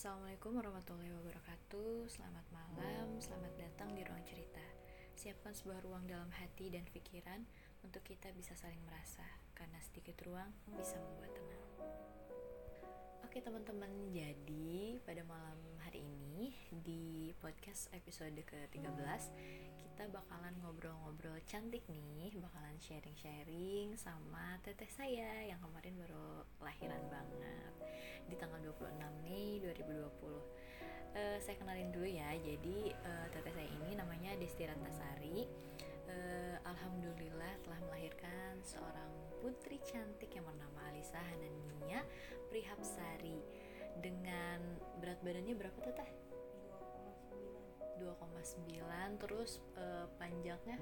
Assalamualaikum warahmatullahi wabarakatuh. Selamat malam, selamat datang di ruang cerita. Siapkan sebuah ruang dalam hati dan pikiran untuk kita bisa saling merasa, karena sedikit ruang bisa membuat tenang. Oke teman-teman, jadi pada malam hari ini di podcast episode ke-13 kita bakalan ngobrol-ngobrol cantik nih, bakalan sharing-sharing sama teteh saya yang kemarin baru lahiran banget di tanggal 26 Mei 2020. Saya kenalin dulu ya, jadi teteh saya ini namanya Desti Ratnasari. Alhamdulillah telah melahirkan seorang putri cantik yang bernama Alisa Hanania Prihapsari dengan berat badannya berapa teteh? 2,9. Terus panjangnya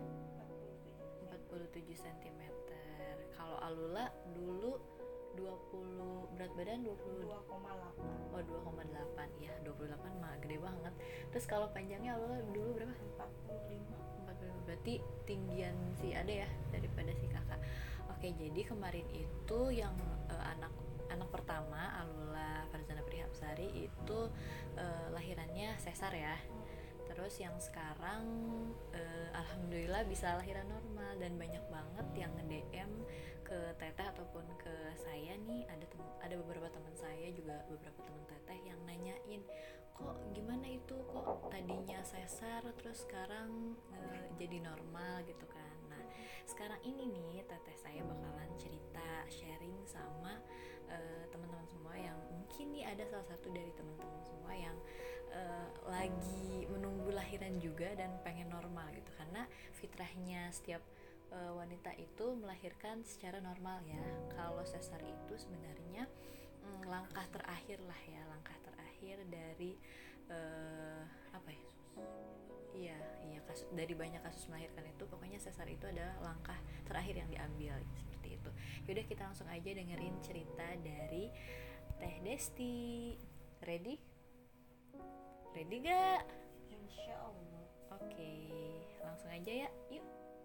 47 cm. Kalau Alula dulu 20, berat badan 2,8. Oh 2,8 ya, 28 mah gede banget. Terus kalau panjangnya Alula dulu berapa? 45. Berarti tinggian si Ade ya daripada si kakak. Oke, jadi kemarin itu yang anak pertama Alula Farzana Prihapsari itu lahirannya sesar ya. Terus yang sekarang alhamdulillah bisa lahiran normal, dan banyak banget yang nge-DM ke teteh ataupun ke saya nih. Ada beberapa teman saya juga, beberapa teman teteh yang nanyain, kok gimana itu, kok tadinya sesar terus sekarang jadi normal gitu kan. Nah sekarang ini nih teteh saya bakalan cerita sharing sama teman-teman semua yang mungkin nih ada salah satu dari teman-teman semua yang lagi menunggu lahiran juga dan pengen normal gitu, karena fitrahnya setiap wanita itu melahirkan secara normal ya. Kalau sesar itu sebenarnya langkah terakhir lah ya, langkah terakhir dari apa ya? Iya, dari banyak kasus melahirkan itu, pokoknya sesar itu adalah langkah terakhir yang diambil seperti itu. Yaudah kita langsung aja dengerin cerita dari Teh Desti. Ready? Ready gak? Insya Allah. Oke, langsung aja ya, yuk.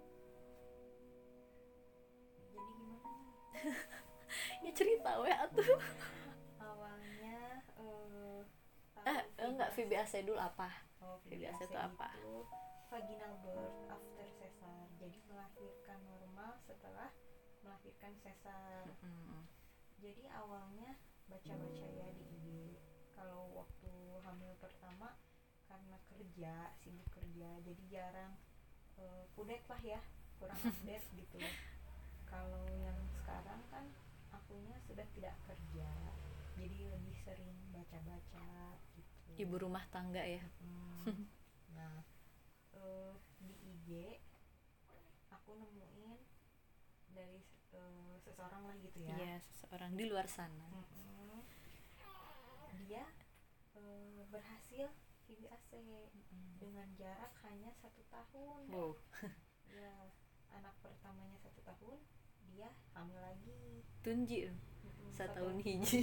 Jadi gimana? Ya cerita we atuh. Awalnya Enggak, VBAC dulu apa? VBAC itu apa? Itu vaginal birth after sesar. Jadi melahirkan normal setelah melahirkan sesar. Jadi awalnya baca-baca ya di IG. Kalau waktu hamil pertama karena sibuk kerja, jadi jarang kudet lah ya, kurang update gitu. Kalau yang sekarang kan akunya sudah tidak kerja, jadi lebih sering baca-baca gitu. Ibu rumah tangga ya. Nah di IG aku nemuin dari seseorang lah gitu ya. Iya, seseorang di luar sana. Dia berhasil VBAC dengan jarak hanya 1 tahun. Wow. Ya, anak pertamanya 1 tahun, dia hamil lagi. Tunji 1 tahun hiji.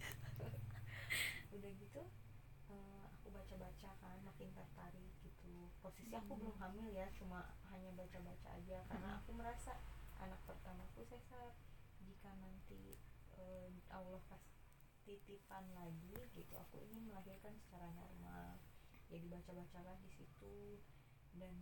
Udah gitu aku baca-baca kan, makin tertarik gitu. Posisi aku belum hamil ya, cuma hanya baca-baca aja karena aku merasa anak pertamaku sesar. Jika nanti Allah kasih titipan lagi gitu, aku ingin melahirkan secara normal. Jadi baca-bacalah di situ, dan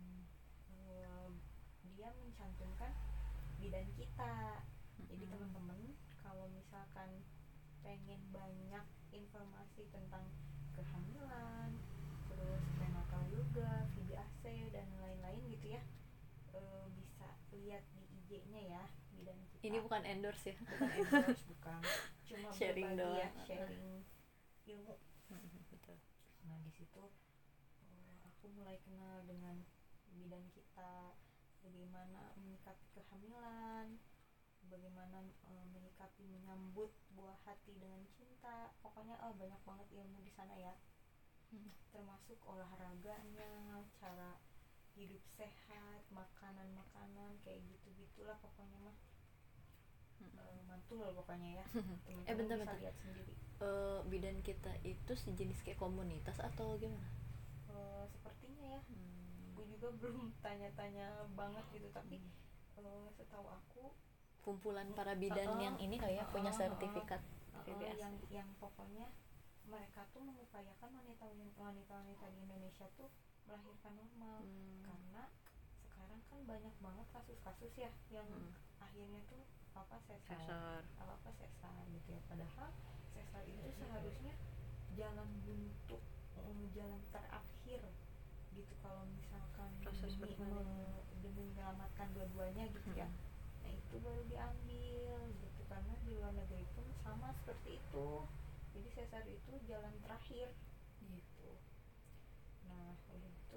dia mencantumkan bidan kita. Jadi teman-teman kalau misalkan pengen banyak informasi tentang kehamilan, terus prenatal juga, VBAC dan lain-lain gitu ya, bisa lihat di IG-nya ya, bidan kita. Ini bukan endorse ya. Bukan endorse, bukan. Cuma Sharing berbagi ya, doang. sharing ilmu. Betul. Nah di situ aku mulai kenal dengan bidan kita, bagaimana menyikapi kehamilan, bagaimana menyambut buah hati dengan cinta. Pokoknya banyak banget ilmu di sana ya. Termasuk olahraganya, cara hidup sehat, makanan kayak gitu-gitulah pokoknya mah. Mantul pokoknya ya. Teman-teman bisa lihat sendiri. Bidan kita itu sejenis kayak komunitas atau gimana? Sepertinya ya. Gue juga belum tanya-tanya banget gitu, tapi setahu aku kumpulan para bidan yang ini kali ya, punya sertifikat VBAC. Yang pokoknya mereka tuh mengupayakan wanita-wanita di Indonesia tuh melahirkan normal, karena sekarang kan banyak banget kasus-kasus ya yang akhirnya tuh sesar gitu ya, padahal sesar itu seharusnya jalan buntu, jalan terakhir gitu kalau misalkan demi menyelamatkan dua-duanya gitu ya. Nah itu baru diambil gitu, karena di luar negeri pun sama seperti itu, jadi sesar itu jalan terakhir gitu. Nah udah gitu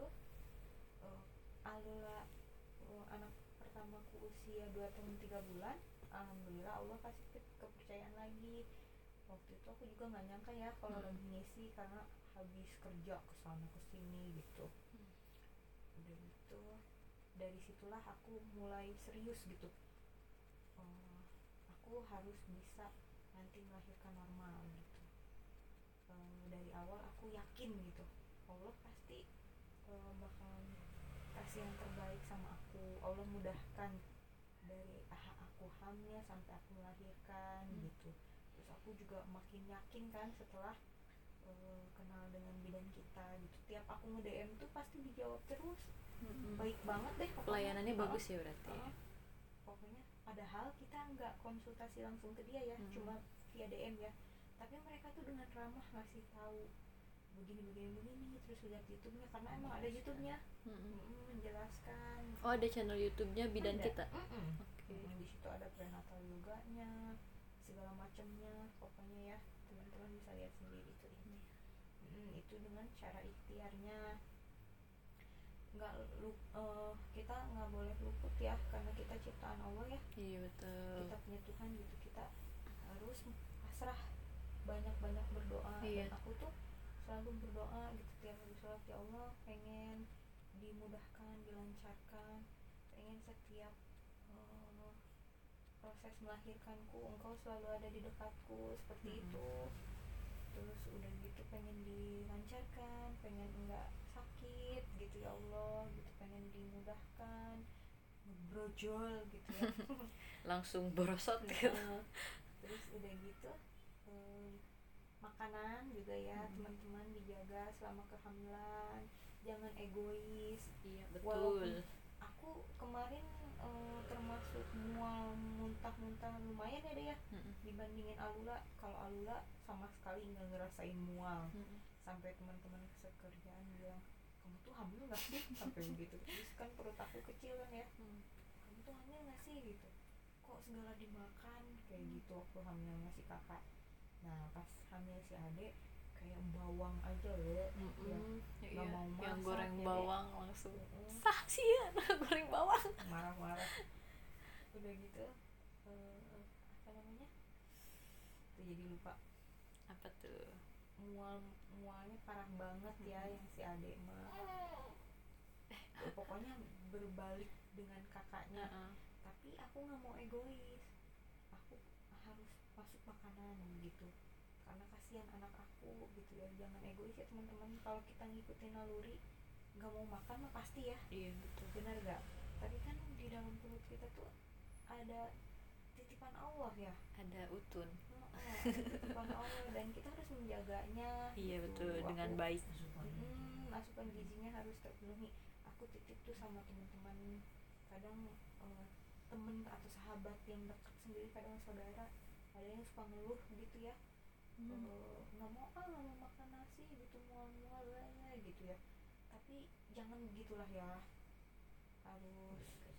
Alula anak pertamaku usia 2 tahun 3 bulan, alhamdulillah Allah kasih kepercayaan lagi. Waktu itu aku juga nggak nyangka ya kalau lagi ngisi, karena habis kerja kesana kesini gitu. Udah gitu dari situlah aku mulai serius gitu, aku harus bisa nanti melahirkan normal gitu. Dari awal aku yakin gitu Allah pasti bakal kasih yang terbaik sama aku. Allah mudahkan dari aku hamil sampai aku melahirkan gitu. Terus aku juga makin yakin kan setelah kenal dengan bidan kita gitu. Tiap aku nge-DM tuh pasti dijawab terus. Baik banget deh pokoknya. Pelayanannya bagus ya berarti. Pokoknya padahal kita nggak konsultasi langsung ke dia ya, cuma via DM ya. Tapi mereka tuh dengan ramah ngasih tahu begini, terus lihat YouTube-nya karena emang ada YouTube-nya. Menjelaskan. Oh, ada channel YouTube-nya bidan ada. kita. Okay. Di situ ada prenatal yoga-nya, segala macamnya, pokoknya ya teman-teman bisa lihat sendiri tuh ini. Itu dengan cara ikhtiarnya. Kita nggak boleh luput ya, karena kita ciptaan Allah ya. Iya betul. Kita punya Tuhan gitu, kita harus pasrah, banyak-banyak berdoa. Iya. Dan aku tuh selalu berdoa gitu tiap habis sholat, ya Allah pengen dimudahkan, dilancarkan, pengen setiap proses melahirkanku Engkau selalu ada di dekatku seperti itu. Terus udah gitu pengen dilancarkan, pengen enggak sakit gitu ya Allah gitu, pengen dimudahkan, ngebrojol gitu ya. Langsung borosot gitu. Terus udah gitu makanan juga ya teman-teman dijaga selama kehamilan, jangan egois. Iya betul. Walaupun aku kemarin termasuk mual muntah-muntah lumayan ya deh ya, dibandingin Alula. Kalau Alula sama sekali nggak ngerasain mual, sampai teman-teman sekerjaan bilang kamu tuh hamil nggak sih sampai begitu. Terus kan perut aku kecil kan ya, kamu tuh hamil nggak sih gitu, kok segala dimakan kayak gitu waktu hamilnya si kakak. Nah pas hamil si adek kayak bawang aja ya, nggak mau masak, yang goreng ya bawang langsung sah sih ya goreng bawang, marah-marah. Udah gitu apa namanya tuh, jadi lupa apa tuh, mualnya parah banget ya yang si adek mah. Pokoknya berbalik dengan kakaknya. Tapi aku nggak mau egois, aku harus masuk makanan gitu karena kasihan anak aku gitu ya. Jangan egois ya teman-teman, kalau kita ngikutin naluri nggak mau makan mah pasti ya. Iya betul, benar gak? Tapi kan di dalam perut kita tuh ada titipan Allah ya, ada utun. Ada titipan Allah dan kita harus menjaganya. Iya gitu. betul, dengan baik. Asupan gizinya harus terpenuhi. Aku titip tuh sama teman-teman, kadang temen atau sahabat yang dekat sendiri, kadang saudara, ada yang suka ngeluh gitu ya, nggak mau makan nasi gitu, mual-mual gitu ya. Tapi jangan begitulah ya, harus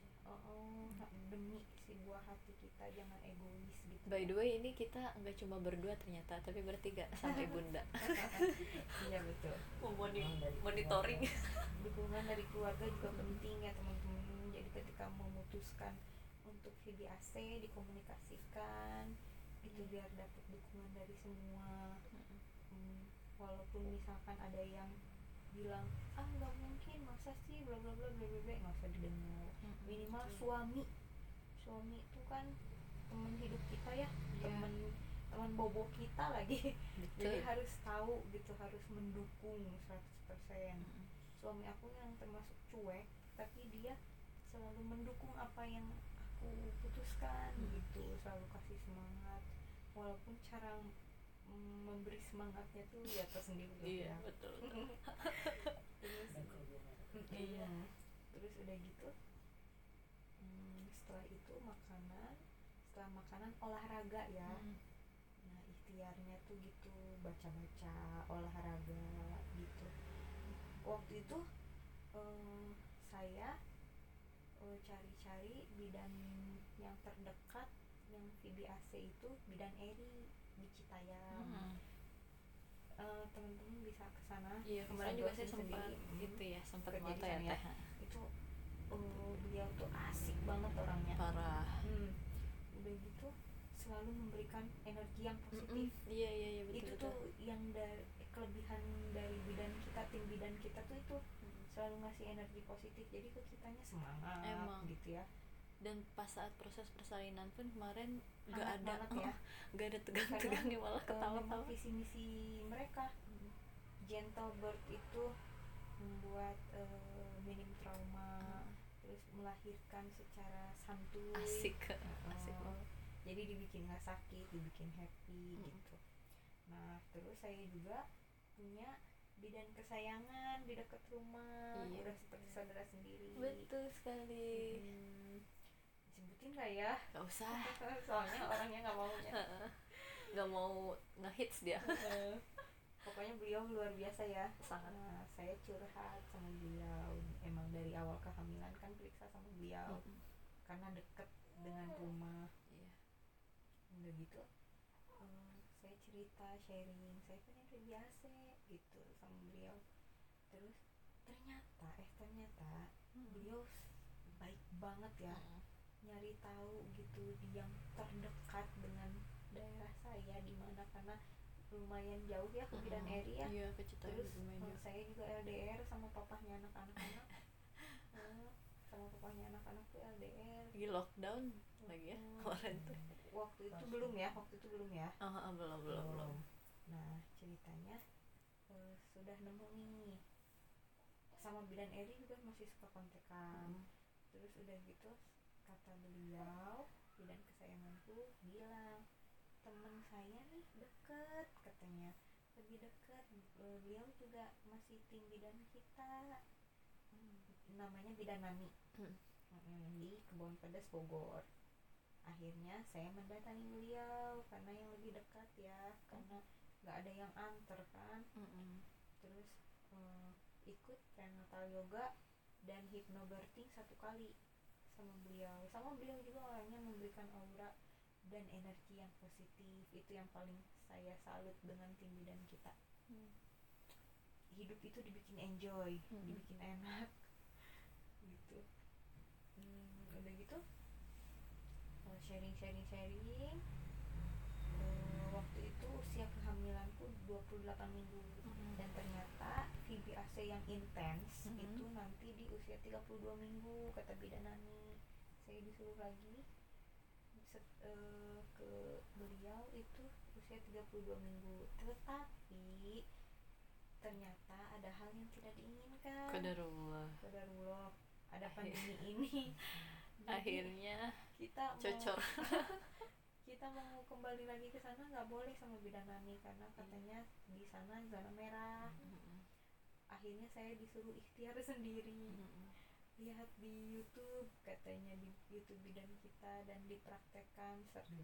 demi si buah hati kita, jangan egois gitu. By the way ini kita nggak cuma berdua ternyata, tapi bertiga sama ibunda. Iya betul, monitoring. Dukungan dari keluarga juga penting ya teman-teman. Jadi ketika memutuskan untuk VBAC dikomunikasikan itu biar dapat dukungan dari semua. Walaupun misalkan ada yang bilang nggak mungkin, masa sih bla bla bla bla bla, nggak usah didengar. Minimal suami itu kan teman hidup kita ya, teman bobo kita lagi. Jadi harus tahu gitu, harus mendukung 100%. Suami aku yang termasuk cuek, tapi dia selalu mendukung apa yang aku putuskan gitu, selalu kasih semangat. Walaupun cara memberi semangatnya tuh ya tersendiri iya ya. betul Terus iya, terus udah gitu setelah itu setelah makanan olahraga ya. Nah ikhtiarnya tuh gitu, baca-baca, olahraga gitu. Waktu itu saya cari-cari bidan yang terdekat yang VBAC itu bidan Eri di Citayam. Teman-teman bisa ke sana. Iya, kemarin juga saya sempat gitu ya, sempat foto ya Teh. Itu beliau tuh asik banget orangnya. Parah. Udah gitu selalu memberikan energi yang positif. Iya betul. Itu tuh yang kelebihan dari bidan kita, tim bidan kita tuh itu selalu ngasih energi positif. Jadi ke kitanya semangat. Emang. Gitu ya. Dan pas saat proses persalinan pun kemarin nggak ada ya. Nggak ada tegang-tegangnya, malah ketawa-tawa. Visi misi mereka Gentle Birth itu membuat minim trauma, terus melahirkan secara santuy, asik jadi dibikin nggak sakit, dibikin happy gitu. Nah terus saya juga punya bidan kesayangan di dekat rumah, udah seperti saudara sendiri. Betul sekali. Sebutin nggak ya? Nggak usah. Soalnya orangnya nggak mau ngehits dia. Pokoknya beliau luar biasa ya. Sangat. Nah, saya curhat sama beliau. Emang dari awal kehamilan kan periksa sama beliau, karena deket dengan rumah. Iya. Udah gitu, saya cerita, sharing, saya kan udah biasa gitu sama beliau. Terus ternyata beliau baik banget ya. Nyari tahu gitu yang terdekat dengan daerah saya di mana, karena lumayan jauh ya ke bidan Eri ya. Iya, ke Citayam. Terus saya juga LDR sama papahnya anak-anak. Sama papahnya anak-anak tuh LDR. Lagi lockdown lagi ya kemarin tuh. Waktu itu belum ya. Belum. Nah ceritanya sudah nemu nih, sama bidan Eri juga masih suka kontekan. Terus udah gitu kata beliau, bidan kesayanganku bilang, temen saya nih deket, katanya lebih dekat, beliau juga masih tim bidan kita, namanya bidan Nani, di Kebon Pedas Bogor. Akhirnya saya mendatangi beliau karena yang lebih dekat ya, karena nggak ada yang anter kan. Terus ikut prenatal yoga dan hypnobirthing 1 kali sama beliau juga orangnya memberikan aura dan energi yang positif. Itu yang paling saya salut dengan tim bidan kita. Hidup itu dibikin enjoy, dibikin enak gitu. Udah gitu sharing. Waktu itu usia kehamilanku 28 minggu. Dan ternyata VBAC yang intens itu nanti di usia 32 minggu kata bidan Nani. Saya disuruh lagi ke beliau itu usia 32 minggu. Tetapi ternyata ada hal yang tidak diinginkan. Qadarullah. Ada pandemi ini. Akhirnya kita cocor. Kita mau kembali lagi ke sana nggak boleh sama bidan Nani karena katanya di sana zona merah. Akhirnya saya disuruh ikhtiar sendiri. Lihat di YouTube, katanya di YouTube bidan kita, dan dipraktekkan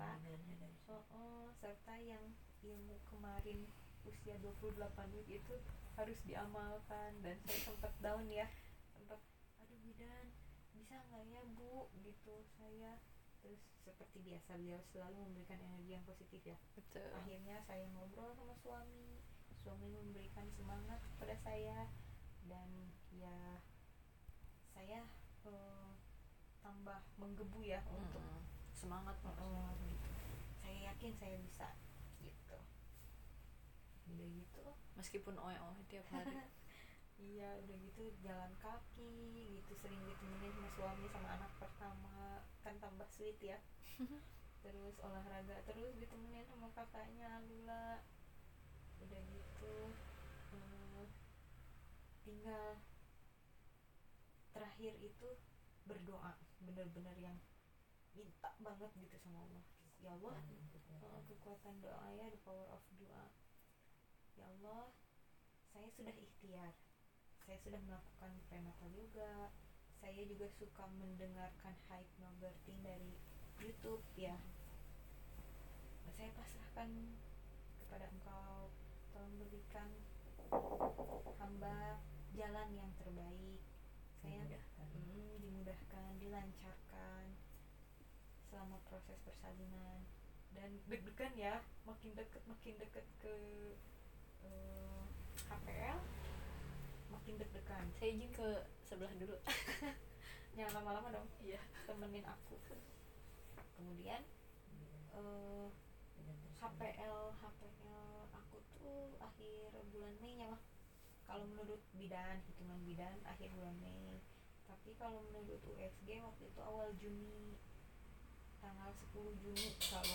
serta yang ilmu kemarin usia 28 week itu harus diamalkan. Dan saya sempat down ya, aduh bidan bisa nggak ya bu gitu saya. Terus seperti biasa beliau selalu memberikan energi yang positif ya. Betul. Akhirnya saya ngobrol sama suami memberikan semangat kepada saya, dan ya saya tambah menggebu ya untuk semangat gitu. Saya yakin saya bisa gitu. Udah gitu meskipun tiap hari. Iya, udah gitu jalan kaki gitu, sering ditemenin sama suami sama anak pertama, kan tambah sweet ya. Terus olahraga terus ditemenin sama kakaknya Lula. Udah gitu tinggal terakhir itu berdoa, bener-bener yang minta banget gitu sama Allah, ya Allah, kekuatan doa ya, the power of doa. Ya Allah, saya sudah ikhtiar, saya sudah melakukan prenatal yoga, saya juga suka mendengarkan hypnobirthing dari YouTube ya. Saya pasrahkan kepada Engkau, tolong berikan hamba jalan yang terbaik. Saya dimudahkan, dilancarkan selama proses persalinan. Dan deg-degan ya, makin deket ke HPL, makin deg-degan. Saya izin ke sebelah dulu. Jangan lama-lama dong. Iya. Temenin aku. Kemudian HPL aku tuh akhir bulan Mei ya mah. Kalau menurut bidan, hitungan bidan akhir bulan Mei. Tapi kalau menurut USG waktu itu awal Juni, tanggal 10 Juni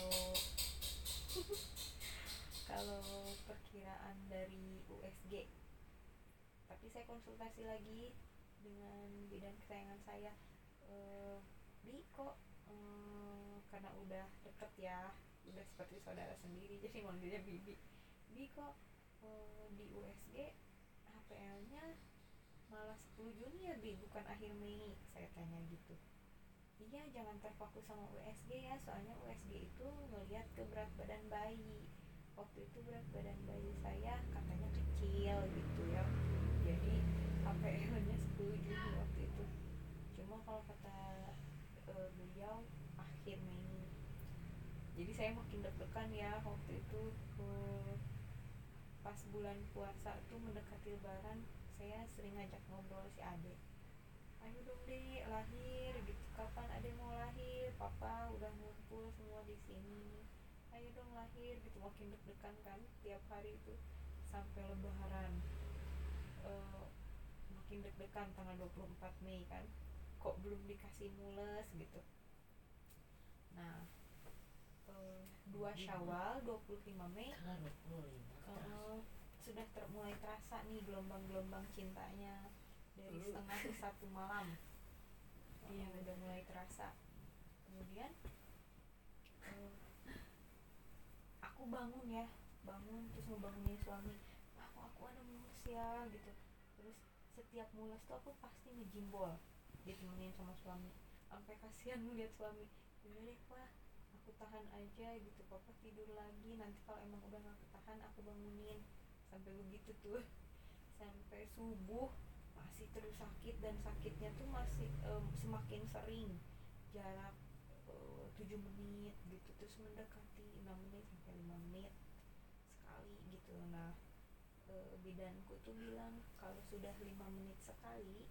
kalau perkiraan dari USG. Tapi saya konsultasi lagi dengan bidan kesayangan saya, Bi kok karena udah deket ya, udah seperti saudara sendiri, jadi manggilnya Bibi. Bi kok di USG HPL-nya malah 10 Juni ya Bi, bukan akhir Mei, saya tanya gitu. Iya, jangan terfokus sama USG ya, soalnya USG itu ngelihat ke berat badan bayi. Waktu itu berat badan bayi saya katanya kecil gitu ya, jadi HPL-nya 10 Juni waktu itu. Cuma kalau kata beliau akhir Mei. Jadi saya makin deg-degan ya waktu itu. Pas bulan puasa tuh mendekati lebaran, saya sering ngajak ngobrol si Ade, ayo dong Dek lahir gitu, kapan Ade mau lahir, papa udah ngumpul semua di sini, ayo dong lahir gitu. Makin deg-degan kan tiap hari itu sampai lebaran. Makin deg-degan tanggal 24 Mei kan, kok belum dikasih mules gitu. Nah 2 Syawal 25 Mei sudah mulai terasa nih gelombang-gelombang cintanya dari setengah ke 1 malam. Udah mulai terasa. Kemudian aku bangun terus ngebangunin suami, aku ada mules ya gitu. Terus setiap mules tuh aku pasti ngejimbol, ditemenin sama suami. Sampai kasihan ngeliat suami, udah deh Pak, aku tahan aja gitu, papa tidur lagi, nanti kalau emang udah gak ketahan aku bangunin. Sampai begitu tuh, sampai subuh masih terus sakit, dan sakitnya tuh masih semakin sering, jarak 7 menit gitu, terus mendekati 6 menit sampai 5 menit sekali gitu. Nah bidanku tuh bilang kalau sudah 5 menit sekali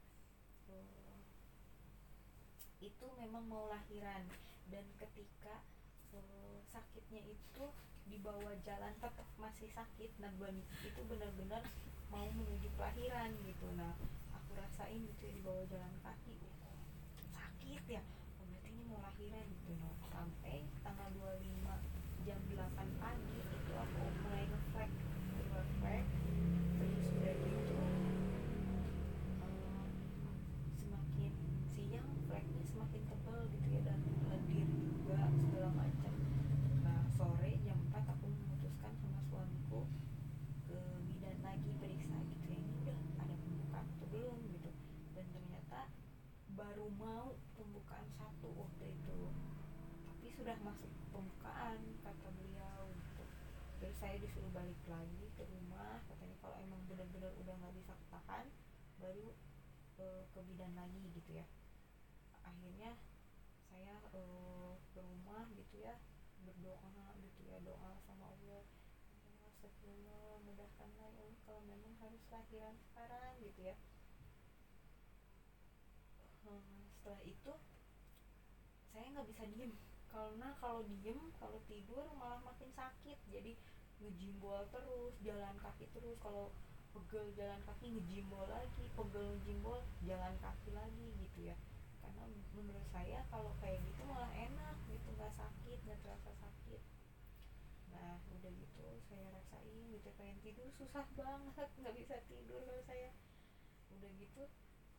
itu memang mau lahiran. Dan ketika sakitnya itu dibawa jalan tetap masih sakit, nah itu benar-benar mau menuju kelahiran gitu. Nah aku rasain gitu ya, dibawa jalan kaki sakit ya, berarti ini mau lahiran gitu. Nah sampai tanggal 25 jam 8 pagi itu aku mulai ngeflek, terus udah gitu semakin siang fleknya semakin tebal gitu ya, dan lendir juga segala macam. Nah sore jam 4 aku memutuskan sama suamiku ke bidan lagi periksa gitu ya, ini udah ada pembukaan atau belum gitu. Dan ternyata baru mau pembukaan 1 waktu itu, tapi sudah masuk pembukaan kata beliau gitu. Terus saya disuruh balik lagi ke rumah, katanya kalau emang benar-benar udah nggak bisa tahan baru ke bidan lagi gitu ya. Akhirnya saya ke rumah gitu ya, berdoa gitu ya, doa sama Allah, astagfirullah, mudahkanlah ya Allah kalau memang harus lahiran sekarang gitu ya. Setelah itu saya nggak bisa diem, karena kalau diem, kalau tidur malah makin sakit. Jadi ngejimbol terus, jalan kaki terus, kalau pegel jalan kaki ngejimbol lagi, pegel ngejimbol jalan kaki lagi gitu ya. Karena menurut saya kalau kayak gitu malah enak gitu, nggak sakit, nggak terasa sakit. Nah udah gitu saya rasain gitu, pengen tidur susah banget, nggak bisa tidur kalau saya. Udah gitu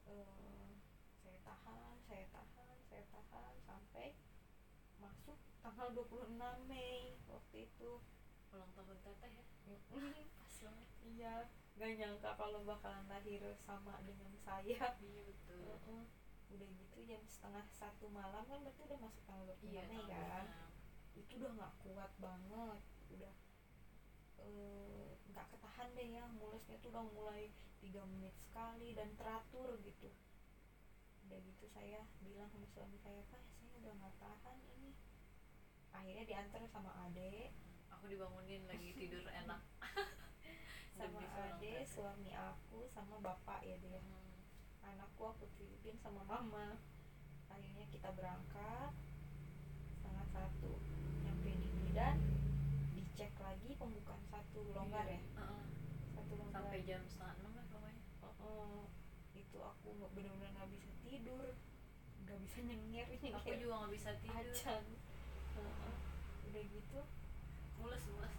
saya tahan sampai masuk tanggal 26 Mei waktu itu ulang tahun teteh ya. Pas banget. Iya, gak nyangka kalau bakalan lahir sama dengan saya. Iya betul. Udah gitu jam 12:30 malam kan berarti udah masuk tanggal 26 Iya, Mei kan. Itu udah gak kuat banget, udah gak ketahan deh ya, mulusnya tuh udah mulai 3 menit sekali dan teratur gitu. Udah gitu saya bilang sama suami saya, Pak saya udah gak tahan ini. Akhirnya diantar sama adek, aku dibangunin lagi tidur enak sama adek, suami aku, sama bapak ya dia. Anakku aku titipin sama mama. Akhirnya kita berangkat 12:30, nyampe di bidan, dicek lagi pembukaan 1 longgar ya. 1 longgar sampai jam 5:30 ya pokoknya. Itu aku benar-benar nggak bisa tidur, nggak bisa nyengir. Aku juga nggak bisa tidur. Acan. Udah gitu mules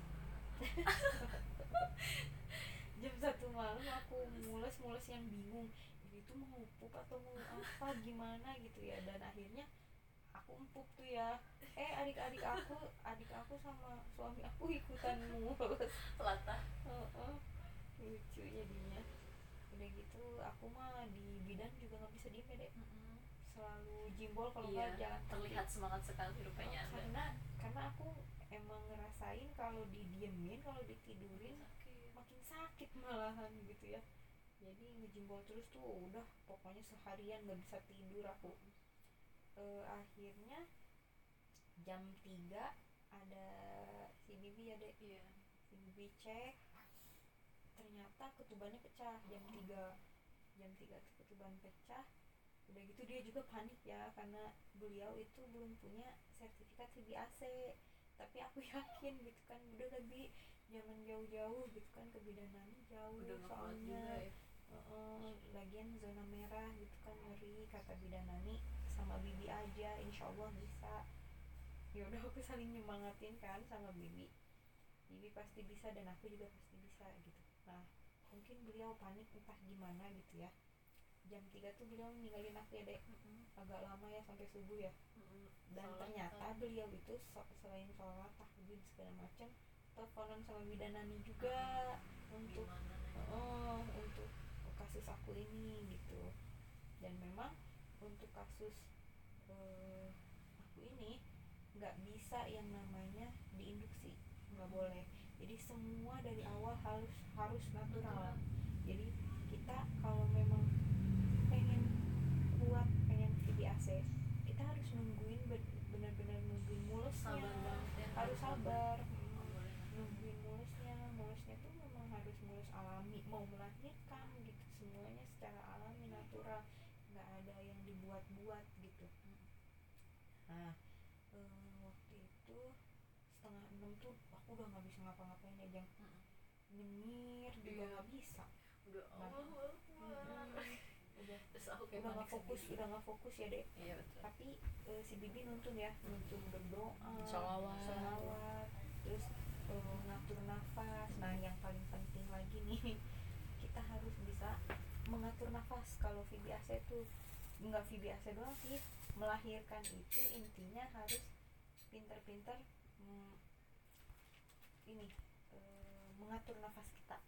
jam 1 malam aku mules yang bingung ini tuh mau pup atau mau apa gimana gitu ya. Dan akhirnya aku empuk tuh ya, adik aku sama suami aku ikutan mulus latah. Lucu jadinya. Udah gitu aku mah di bidan juga nggak bisa diem ya dek, selalu jimbol kalau nggak jalan kaki. Terlihat semangat sekali rupanya karena aku emang ngerasain kalau didiemin, kalau ditidurin makin sakit malahan gitu ya. Jadi ngejimbol terus tuh udah pokoknya seharian nggak bisa tidur aku. Akhirnya jam 3 ada si Bibi ya dek. Si Bibi cek, ternyata ketubannya pecah jam 3 tuh ketuban pecah. Udah gitu dia juga panik ya, karena beliau itu belum punya sertifikat VBAC. Tapi aku yakin gitu kan, udah lebih jangan jauh-jauh gitu kan, ke bidanan jauh udah soalnya ya. Lagian zona merah gitu kan, ngeri kata bidanani, sama Bibi aja insya Allah bisa. Ya udah aku saling nyemangatin kan sama Bibi pasti bisa dan aku juga pasti bisa gitu. Nah mungkin beliau panik entah gimana gitu ya. Jam 3 tuh beliau ninggalin aku ya dek. Agak lama ya, sampai subuh ya. Dan ternyata beliau itu selain sholat tahajud segala macam, teleponan sama bidanani juga untuk kasus aku ini gitu. Dan memang untuk kasus aku ini nggak bisa yang namanya diinduksi, nggak boleh. Jadi semua dari awal harus natural. Jadi kita kalau memang pengen kuat, pengen VBAC, kita harus nungguin benar-benar nungguin mulusnya, harus sabar. Nungguin mulusnya tuh memang harus mulus alami, mau melahirkan gitu, semuanya secara alami natural, nggak ada yang dibuat-buat gitu. Nah waktu itu 5:30 tuh aku udah nggak bisa ngapa-ngapain ya, Jang. Nyengir juga nggak bisa. Udah nggak fokus ya deh. Iya, betul. Tapi si Bibi nuntun berdoa, sholawat, terus ngatur nafas. Nah yang paling penting lagi nih, kita harus bisa mengatur nafas. Kalau VBAC tuh nggak VBAC doang sih, melahirkan itu intinya harus pinter-pinter mengatur nafas kita.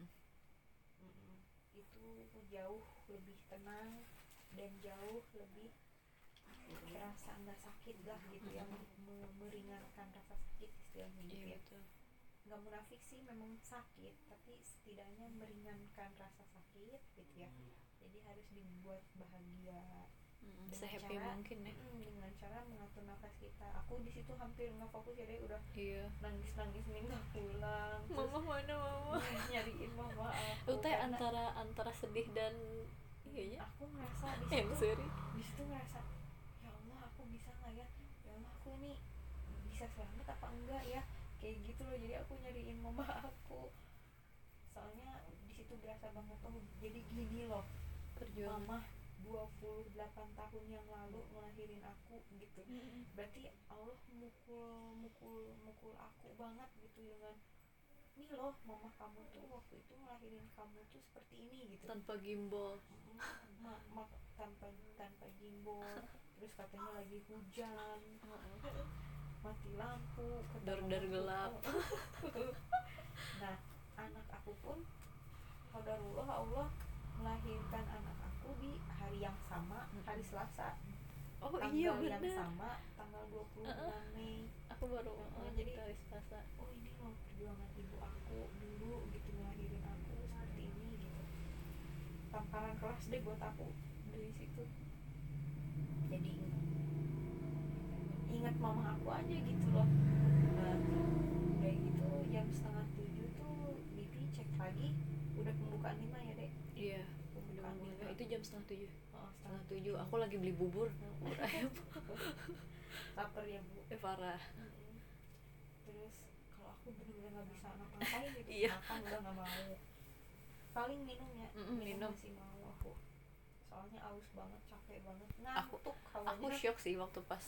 Itu jauh lebih tenang dan jauh lebih terasa nggak sakit lah gitu ya, meringankan rasa sakit istilahnya gitu ya. Nggak munafik sih, memang sakit, tapi setidaknya meringankan rasa sakit gitu ya. Jadi harus dibuat bahagia sehappy mungkin ya, dengan cara mengatur nafas kita. Aku di situ hampir nggak fokus ya deh, udah nangis minta pulang. Mama mana mama? Nyariin mama aku. Itu antara sedih dan iya. Aku ngerasa di situ ngerasa, ya Allah aku bisa nggak ya? Ya Allah aku ini bisa selamat apa enggak ya? Kayak gitu loh. Jadi aku nyariin mama aku. Soalnya di situ berasa banget tuh. Jadi gini loh, perjuangan. Mama 28 tahun yang lalu ngelahirin aku gitu. Berarti Allah mukul aku banget gitu dengan nih loh, mama kamu tuh waktu itu ngelahirin kamu tuh seperti ini gitu, tanpa gimbal. tanpa gimbal. Terus katanya lagi hujan, mati lampu kata dar mamaku. gelap. Nah anak aku pun qadarullah Allah melahirkan anak aku di hari yang sama, hari Selasa. Oh Tanggal iya yang benar, sama, tanggal 26 Mei. aku baru Jadi hari Selasa. oh ini loh perjuangan ibu aku dulu gitu ngelahirin aku seperti ini gitu. Tamparan keras deh buat aku dari situ. Jadi ingat mama aku aja gitu loh. Nah, udah gitu jam 6:30 tuh Bibi cek lagi udah pembukaan 5 ya dek. Iya, Pembukaan 5 itu jam 6:30. oh, 7 aku lagi beli bubur ayam. lapar ya bu. Parah. Terus kalau aku bener-bener nggak bisa ngapa-ngapain gitu. Iya. Makan udah nggak mau, paling minum ya. Minum. Masih mau aku, soalnya aus banget, capek banget, Aku ngantuk hawanya. aku shock sih waktu pas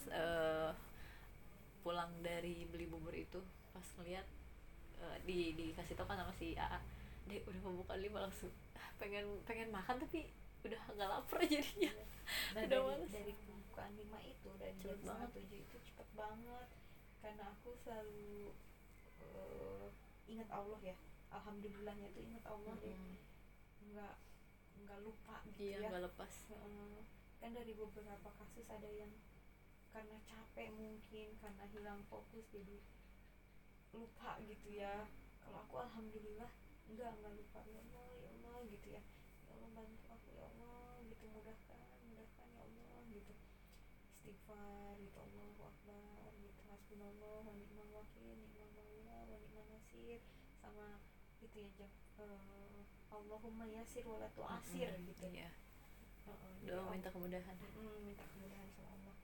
pulang dari beli bubur itu, pas ngeliat dikasih tau kan sama si AA, deh udah pembukaan 5, langsung pengen makan tapi udah nggak lapar jadinya. Nah, udah dari pembukaan 5 itu dan jam cepet banget. 7 itu cepet banget karena aku selalu ingat Allah ya, alhamdulillahnya tuh ingat Allah deh, nggak lupa gitu. Iya, ya nggak lepas. Kan dari beberapa kasus ada yang karena capek mungkin karena hilang fokus jadi lupa gitu ya. Kalau aku alhamdulillah nggak lupa. Ya Allah gitu ya. Ya Allah bantu aku ya Allah gitu, mudahkan ya Allah gitu, istighfar gitu, Allahu Akbar gitu, hasbunallah wa ni'mal wakil, ni'mal maula wa ni'mal nasir, sama gitu ya jam Allahumma yasir wa la tu'asir gitu. Iya. Doa minta kemudahan. Minta kemudahan sama Allah.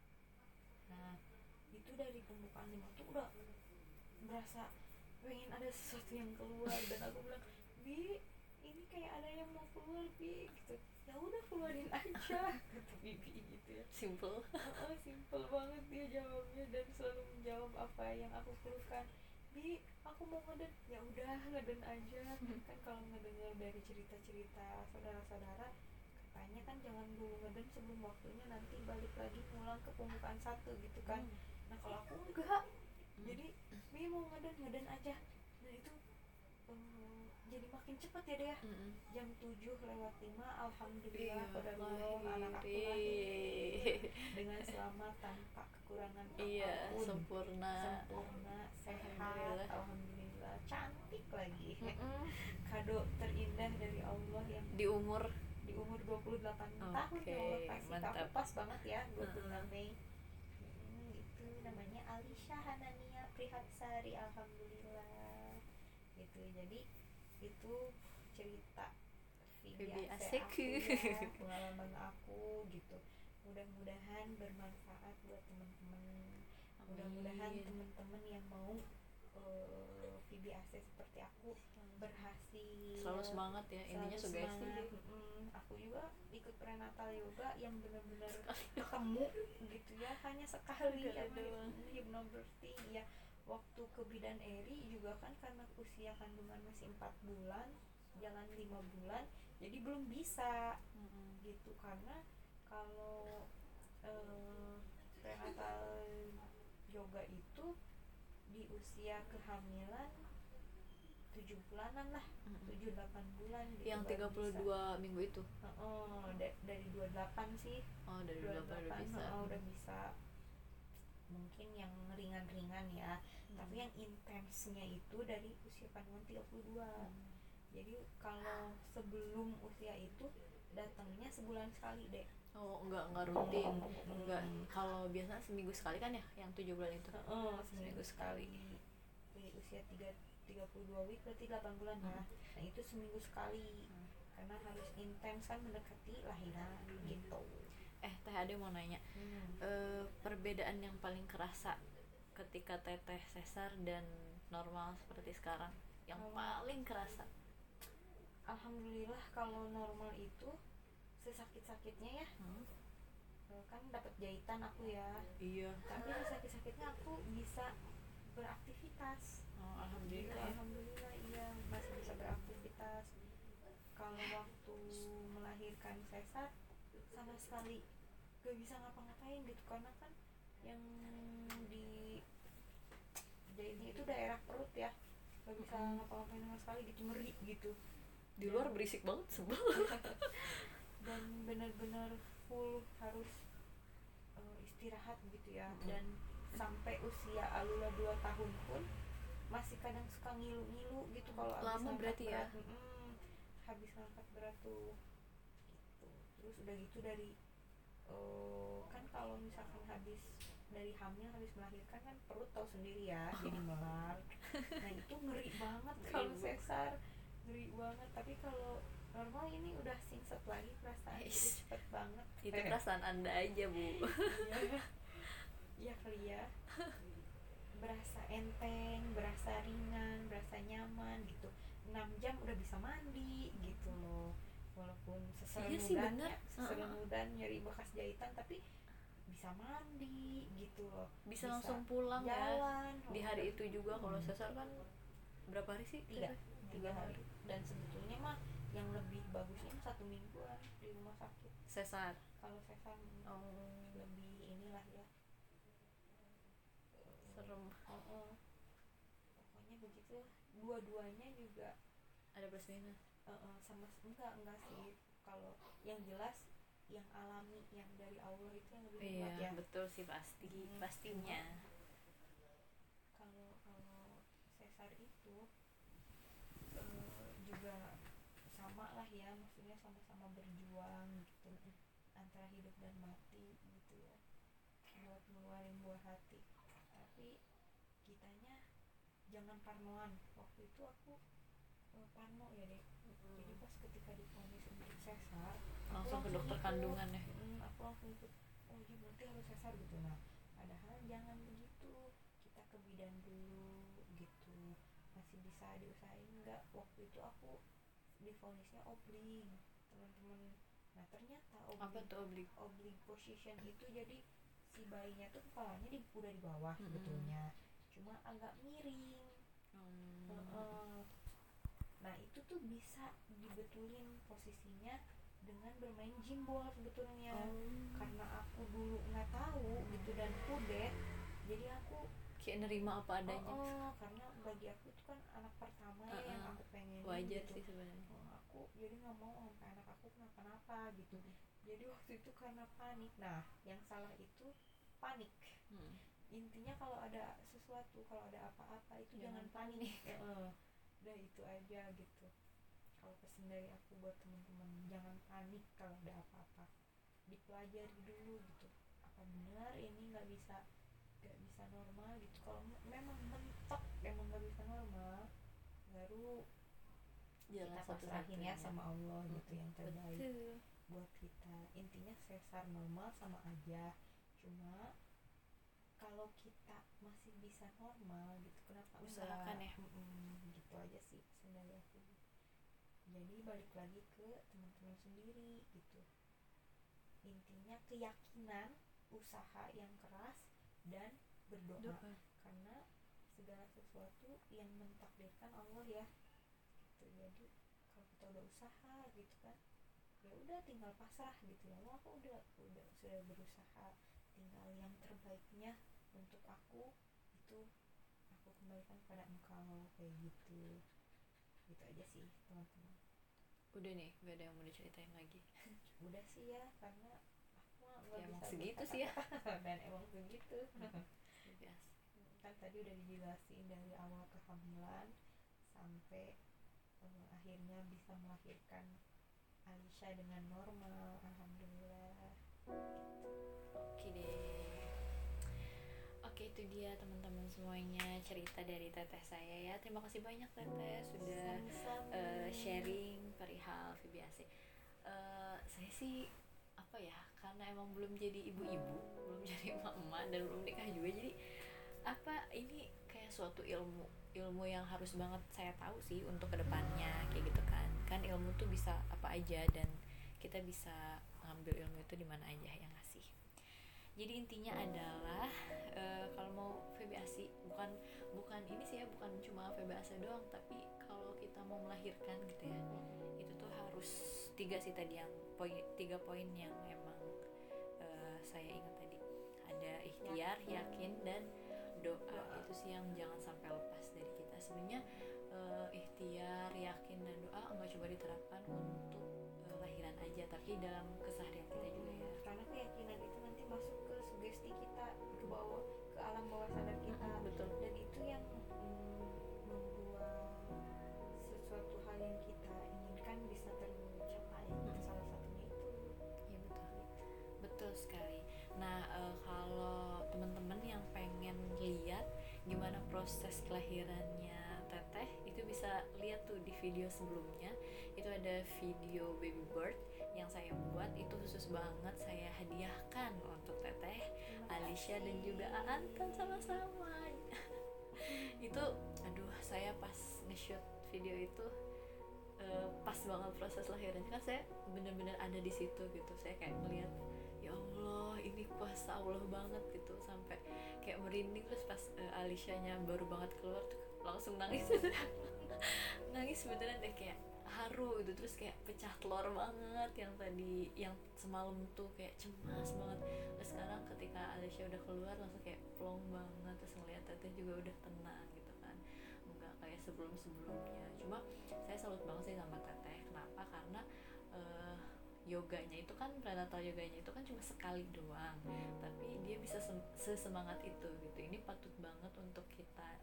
Nah itu dari pembukaan 5 tuh udah berasa pengen ada sesuatu yang keluar dan aku bilang, Bi ini kayak ada yang mau keluar Bi gitu. Ya udah keluarin aja kata Bibi gitu ya. Simple. Simple banget dia jawabnya dan selalu menjawab apa yang aku keluhkan. Bi aku mau ngeden, ya udah ngeden aja. Kan kalau ngedengar dari cerita-cerita saudara-saudara katanya kan jangan dulu ngeden sebelum waktunya, nanti balik lagi ngulang ke pembukaan 1 gitu kan. Nah kalau aku enggak, jadi Bi mau ngeden aja. Nah itu jadi makin cepat ya deh ya. Jam 7:05 alhamdulillah qadarullah anak aku lahir dengan selamat tanpa kekurangan apapun. Sempurna, sehat, alhamdulillah, cantik lagi. Kado terindah dari Allah yang di umur 28 tahun ya Allah kasih. Aku pas banget ya 26 Mei. Itu namanya Alisha Hanania Prihatsari, alhamdulillah gitu. Jadi itu cerita VBAC aku ya, pengalaman aku gitu. Mudah-mudahan bermanfaat buat teman-teman. Mudah-mudahan teman-teman yang mau VBAC seperti aku berhasil. Selalu semangat ya, intinya sugesti. Aku juga ikut prenatal yoga yang benar-benar ketemu gitu ya, hanya sekali sama hypnobirthing ya. Waktu ke Bidan Eri juga kan karena usia kandungan masih 4 bulan, jalan 5 bulan, jadi belum bisa gitu. Karena kalau prenatal yoga itu di usia kehamilan 7 bulanan lah, 7-8 bulan gitu. Yang 32 bisa. Minggu itu? Dari 28 sih. Dari 28 bisa. Udah bisa. Mungkin yang ringan-ringan ya. Tapi yang intensnya itu dari usia kandungan 32. Jadi kalau sebelum usia itu datangnya sebulan sekali deh. Enggak rutin. Enggak. Kalau biasanya seminggu sekali kan ya, yang 7 bulan itu. Seminggu sekali. Di usia 32 week berarti 8 bulan ya. Nah itu seminggu sekali. Karena harus intens kan mendekati lahiran gitu. Teh Ade mau nanya, perbedaan yang paling kerasa ketika teteh sesar dan normal seperti sekarang, yang paling kerasa? Alhamdulillah kalau normal itu sesakit-sakitnya ya, kan dapat jahitan aku ya. Iya. Tapi sesakit-sakitnya aku bisa beraktivitas. Alhamdulillah. Alhamdulillah iya, masih bisa beraktivitas. Kalau waktu melahirkan sesar sama sekali gak bisa ngapa-ngapain gitu, karena kan yang di nggak bisa ngapa-ngapain sama sekali gitu, ngeri gitu. Di luar berisik banget, sebel. Dan benar-benar full harus istirahat gitu ya. Dan sampai usia Alula 2 tahun pun masih kadang suka ngilu-ngilu gitu kalau habis Lama ngangkat berarti berat. ya? Habis ngangkat berat tuh gitu. Terus udah gitu dari kan kalau misalkan habis dari hamil, habis melahirkan kan perut tahu sendiri ya, jadi melar. Nah itu ngeri banget kalau sesar, ngeri banget. Tapi kalau normal ini udah singset lagi perasaan, jadi cepet banget. Itu perasaan Anda aja, Bu. Iya kali ya, berasa enteng, berasa ringan, berasa nyaman gitu. 6 jam udah bisa mandi gitu loh. Walaupun seserenudan nyeri bekas jahitan, tapi bisa mandi gitu loh. Bisa langsung pulang jalan, ya. Di hari itu juga kalau sesar kan berapa hari sih? 3 hari. Dan sebetulnya mah yang lebih bagusnya 1 mingguan di rumah sakit sesar. Kalau sesar lebih inilah ya, serem. Pokoknya begitu. Dua-duanya juga ada plus minus. Sama enggak sih. Kalau yang jelas yang alami, yang dari Allah itu yang lebih hebat ya. Betul sih, pastinya. Kalau sesar itu juga sama lah ya, maksudnya sama-sama berjuang gitu antara hidup dan mati gitu ya, buat ngeluarin buah hati. Tapi kitanya jangan parnoan. Waktu itu aku parno ya deh. Jadi pas ketika divonis untuk sesar, langsung ke dokter kandungan ya. Aku langsung ikut, oh iya berarti harus sesar gitu. Nah padahal jangan begitu, kita ke bidan dulu gitu, masih bisa diusahain. Enggak, waktu itu aku divonisnya obling, teman-teman. Nah ternyata apa tuh obling? Obling position itu jadi si bayinya tuh kepalanya udah di bawah sebetulnya, cuma agak miring. Nah itu tuh bisa dibetulin posisinya dengan bermain gimbal sebetulnya. Karena aku dulu nggak tahu gitu dan kudet, jadi aku kayak nerima apa adanya. Karena bagi aku itu kan anak pertama ya yang aku pengen. Wajar gitu. Sih sebenarnya. Aku jadi nggak mau sampai anak aku kenapa-napa gitu. Jadi waktu itu karena panik. Nah yang salah itu panik. Intinya kalau ada sesuatu, kalau ada apa-apa itu jangan panik. Udah itu aja gitu. Kalau pesan dari aku buat teman-teman, jangan panik kalau ada apa-apa. Dipelajari dulu gitu. Apa benar ini nggak bisa normal gitu. Kalau memang mentok emang nggak bisa normal, baru kita pasrahin ya sama Allah gitu, yang terbaik buat kita. Intinya sesar normal sama aja, cuma kalau kita masih bisa normal gitu, kenapa usahakan ya. Gitu aja sih sebenarnya aku. Jadi balik lagi ke teman-teman sendiri gitu. Intinya keyakinan, usaha yang keras, dan berdoa. Karena segala sesuatu yang mentakdirkan Allah ya gitu. Jadi kalau kita udah usaha gitu kan, ya udah tinggal pasrah gitu ya. Aku udah sudah berusaha, tinggal yang terbaiknya untuk aku itu aku kembalikan pada Engkau, kayak gitu. Gitu aja sih teman-teman. Udah nih, gak ada yang mau diceritain lagi. Udah sih ya, karena aku nggak ya, bisa emang segitu sih ya. Dan emang segitu. Biasa. Kan tadi udah dijelasin dari awal kehamilan sampai akhirnya bisa melahirkan Alisha dengan normal, alhamdulillah. Oke deh. Oke, itu dia teman-teman semuanya cerita dari teteh saya ya. Terima kasih banyak teteh sudah sharing perihal VBAC. Saya sih apa ya, karena emang belum jadi ibu-ibu, belum jadi emak-emak, dan belum nikah juga, jadi apa ini kayak suatu ilmu yang harus banget saya tahu sih untuk kedepannya kayak gitu kan ilmu tuh bisa apa aja dan kita bisa ngambil ilmu itu di mana aja yang ngasih. Jadi intinya adalah kalau mau VBAC bukan ini sih ya, bukan cuma VBAC doang, tapi kalau kita mau melahirkan gitu ya, itu tuh harus 3 sih tadi, yang 3 poin yang emang saya ingat tadi. Ada ikhtiar, yakin, dan doa. Itu sih yang jangan sampai lepas dari kita. Sebenarnya ikhtiar, yakin dan doa nggak coba diterapkan untuk lahiran aja, tapi dalam keseharian kita juga ya. Karena keyakinan itu nanti masuk ke sugesti kita, ke bawah, ke alam bawah sadar kita. Betul. Dan itu yang membuat sesuatu hal yang kita inginkan bisa tercapai. Salah satunya itu. Iya betul sekali. Nah kalau teman-teman yang pengen lihat gimana proses kelahirannya Teteh, itu bisa lihat tuh di video sebelumnya. Itu ada video baby birth yang saya buat, itu khusus banget saya hadiahkan untuk Teteh, Alicia dan juga Aankan sama-sama. Itu aduh, saya pas nge-shoot video itu pas banget proses lahirannya, kan saya bener-bener ada di situ gitu. Saya kayak melihat, ya Allah ini kuasa Allah banget gitu, sampai kayak merinding. Terus pas Alicia-nya baru banget keluar tuh langsung nangis. Nangis beneran deh, kayak haru gitu. Terus kayak pecah telur banget, yang tadi yang semalam tuh kayak cemas banget. Terus sekarang ketika Alicia udah keluar langsung kayak plong banget. Terus ngeliat Teteh juga udah tenang gitu kan, nggak kayak sebelumnya. Cuma saya salut banget sih sama Teteh. Kenapa? Karena yoganya itu kan, prenatal yoganya itu kan cuma sekali doang, tapi dia bisa sesemangat itu gitu. Ini patut banget untuk kita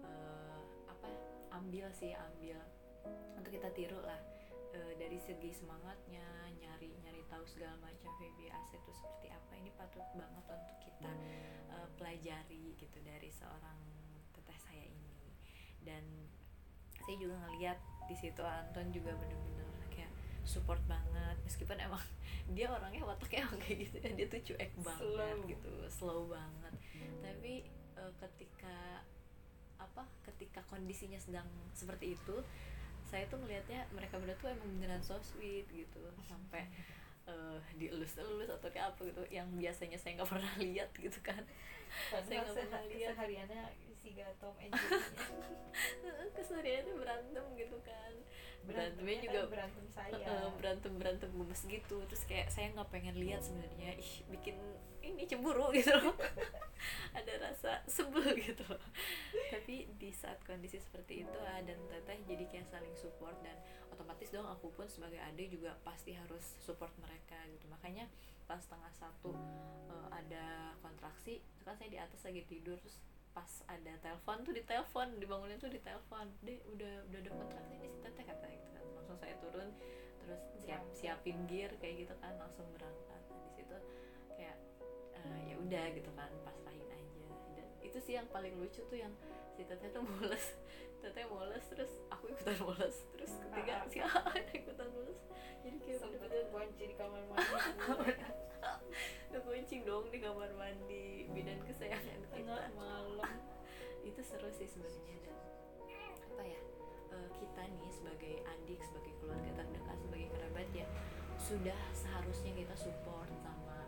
ambil untuk kita tiru lah, dari segi semangatnya, nyari tahu segala macam VBAS itu seperti apa. Ini patut banget untuk kita pelajari gitu dari seorang Teteh saya ini. Dan saya juga ngeliat di situ Anton juga bener-bener kayak support banget, meskipun emang dia orangnya wataknya emang kayak gitu ya, dia tuh cuek banget gitu, slow banget. Tapi ketika kondisinya sedang seperti itu, saya tuh melihatnya mereka berdua tuh emang beneran so sweet gitu, sampai dielus-elus atau kayak apa gitu, yang biasanya saya nggak pernah lihat gitu kan. Saya nggak pernah lihat. Kesehariannya si Tom and Jerry kesehariannya berantem gitu kan, berantemnya juga berantem gemes gitu. Terus kayak saya nggak pengen lihat sebenarnya, bikin ini cemburu gitu loh. Ada rasa sebel gitu loh. Tapi di saat kondisi seperti itu dan Teteh jadi kayak saling support, dan otomatis dong aku pun sebagai adik juga pasti harus support mereka gitu. Makanya pas 12:30 ada kontraksi itu kan, saya di atas lagi tidur. Terus pas ada telepon tuh, dibangunin tuh di telepon, "Dek, udah ada kontraksi nih si Teteh," kata gitu kan. Langsung saya turun, terus siapin gear kayak gitu kan, langsung berangkat. Nah, di situ kayak ya udah gitu kan, pasrahin aja. Dan itu sih yang paling lucu tuh, yang si Teteh tuh mules terus aku ikutan mules, terus ketiga si Aan ikutan mules. Jadi kayak sempet kunci di kamar mandi. kunci dong di kamar mandi bidan kesayangan kita malam. Itu seru sih sebenarnya. Dan apa ya, kita nih sebagai adik, sebagai keluarga terdekat, sebagai kerabat ya, sudah seharusnya kita support sama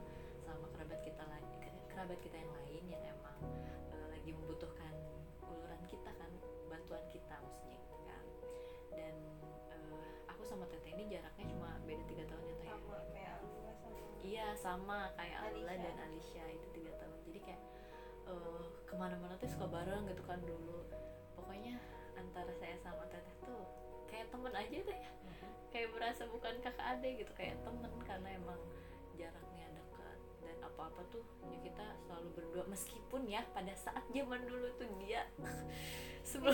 kerabat kita yang lain yang emang lagi membutuhkan uluran kita kan, bantuan kita maksudnya gitu kan. Dan aku sama Teteh ini jaraknya cuma beda 3 tahun ya Teh. Sama kayak Alula Iya, sama kayak Alula dan Alicia, itu 3 tahun. Jadi kayak kemana-mana tuh suka bareng gitu kan dulu. Pokoknya antara saya sama Teteh tuh kayak temen aja deh ya. Kayak berasa bukan kakak adik gitu, kayak temen, karena emang jaraknya dekat. Dan apa-apa tuh ya kita selalu berdua, meskipun ya pada saat zaman dulu tuh dia sebelum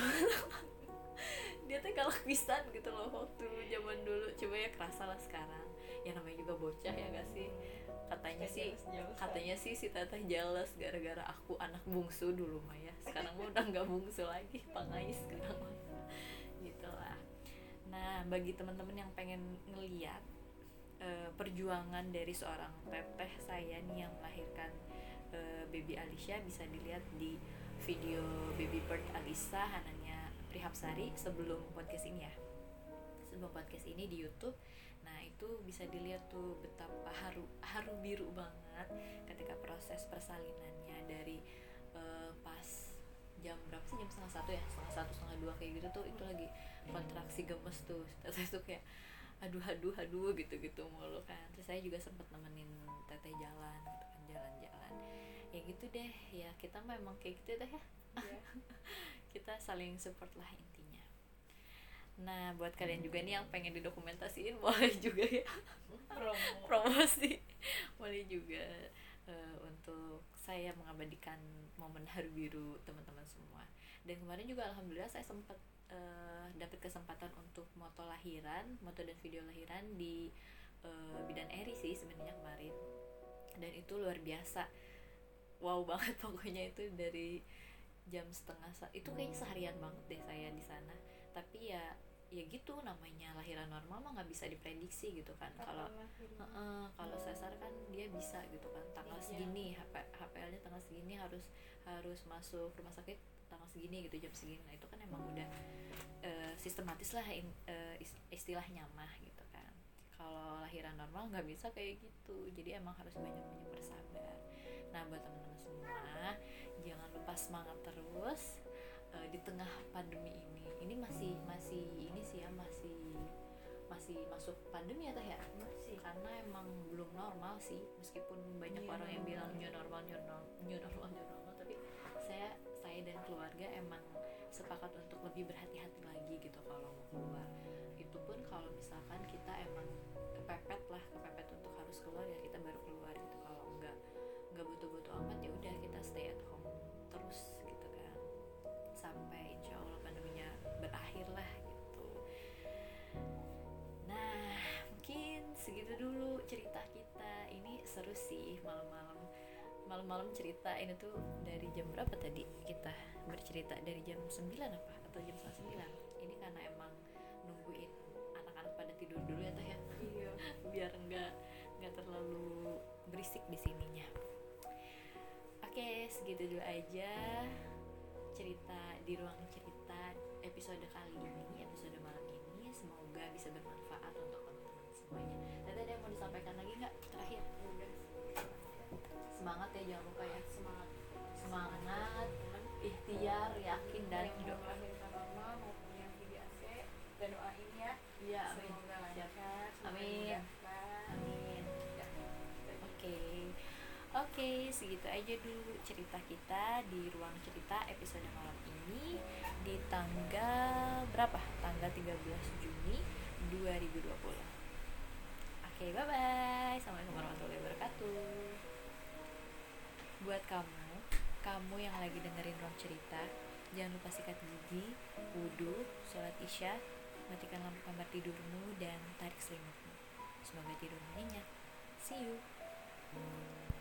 dia tuh galak pisan gitu loh waktu zaman dulu. Coba ya kerasa lah sekarang, ya namanya juga bocah ya gak sih. Katanya sih si Teteh jealous gara-gara aku anak bungsu dulu mah ya. Sekarang mah udah nggak bungsu lagi, pangais sekarang mah gitulah. Nah, bagi teman-teman yang pengen ngeliat perjuangan dari seorang Teteh saya nih yang melahirkan baby Alicia, bisa dilihat di video baby birth Alisa Hananya Prihapsari sebelum podcast ini ya, sebelum podcast ini di YouTube. Nah itu bisa dilihat tuh betapa haru biru banget ketika proses persalinannya, dari pas jam berapa sih, jam 1:30 ya, 1:30 1:30 kayak gitu tuh, itu lagi kontraksi gemes tuh. Teteh tuh kayak aduh gitu mulu kan. Terus saya juga sempet nemenin Teteh jalan gitu kan, jalan-jalan ya gitu deh ya. Kita memang kayak gitu deh ya. Kita saling support lah intinya. Nah, buat kalian juga nih yang pengen didokumentasiin boleh juga ya. Promo. Promosi boleh juga, untuk saya mengabadikan momen hari biru teman-teman semua. Dan kemarin juga alhamdulillah saya sempat dapat kesempatan untuk moto dan video lahiran di Bidan Eri sih sebenarnya kemarin, dan itu luar biasa, wow banget pokoknya. Itu dari jam setengah itu kayaknya seharian banget deh saya di sana. Tapi ya gitu, namanya lahiran normal mah nggak bisa diprediksi gitu kan. Kalau sesar kan dia bisa gitu kan, tanggal segini HPL-nya tanggal segini harus masuk rumah sakit tanggal segini gitu, jam segini. Nah itu kan emang udah sistematis lah, istilahnya mah gitu kan. Kalau lahiran normal nggak bisa kayak gitu, jadi emang harus banyak-banyak bersabar. Nah buat teman-teman semua, jangan lupa semangat terus di tengah pandemi ini masih ini sih ya, masih masuk pandemi ya Teh ya, Masih. karena emang belum normal sih, meskipun banyak orang yang bilang new normal, tapi saya dan keluarga emang sepakat untuk lebih berhati-hati lagi gitu kalau mau keluar. Itu pun kalau misalkan kita emang kepepet untuk harus keluar, ya kita baru keluar gitu. Kalau nggak butuh-butuh amat, ya udah kita stay at home terus gitu kan, sampai insya Allah pandeminya berakhir lah gitu. Nah mungkin segitu dulu cerita kita. Ini seru sih, malam-malam cerita ini tuh. Dari jam berapa tadi kita bercerita? Dari jam 9 apa atau jam 9? Ini karena emang nungguin anak-anak pada tidur dulu ya Teh ya. Iya. Biar nggak terlalu berisik di sininya. Oke, segitu dulu aja cerita di ruang cerita episode kali ini, episode malam ini. Semoga bisa bermanfaat untuk teman-teman semuanya. Tadi ada yang mau disampaikan lagi nggak terakhir? Udah. Semangat ya, jangan lupa ya. Semangat. Ikhtiar, yakin, dan yang doa. melahirkan normal maupun yang di AC, dan doain ya. Iya, amin. Semoga lancar. Amin. Amin. Ya. Oke, segitu aja dulu cerita kita di ruang cerita episode malam ini di tanggal berapa? Tanggal 13 Juni 2020. Oke, bye-bye. Assalamualaikum warahmatullahi wabarakatuh. Buat kamu yang lagi dengerin ruang cerita, jangan lupa sikat gigi, wudu, sholat isya, matikan lampu kamar tidurmu, dan tarik selimutmu. Semoga tidur nyenyak. See you.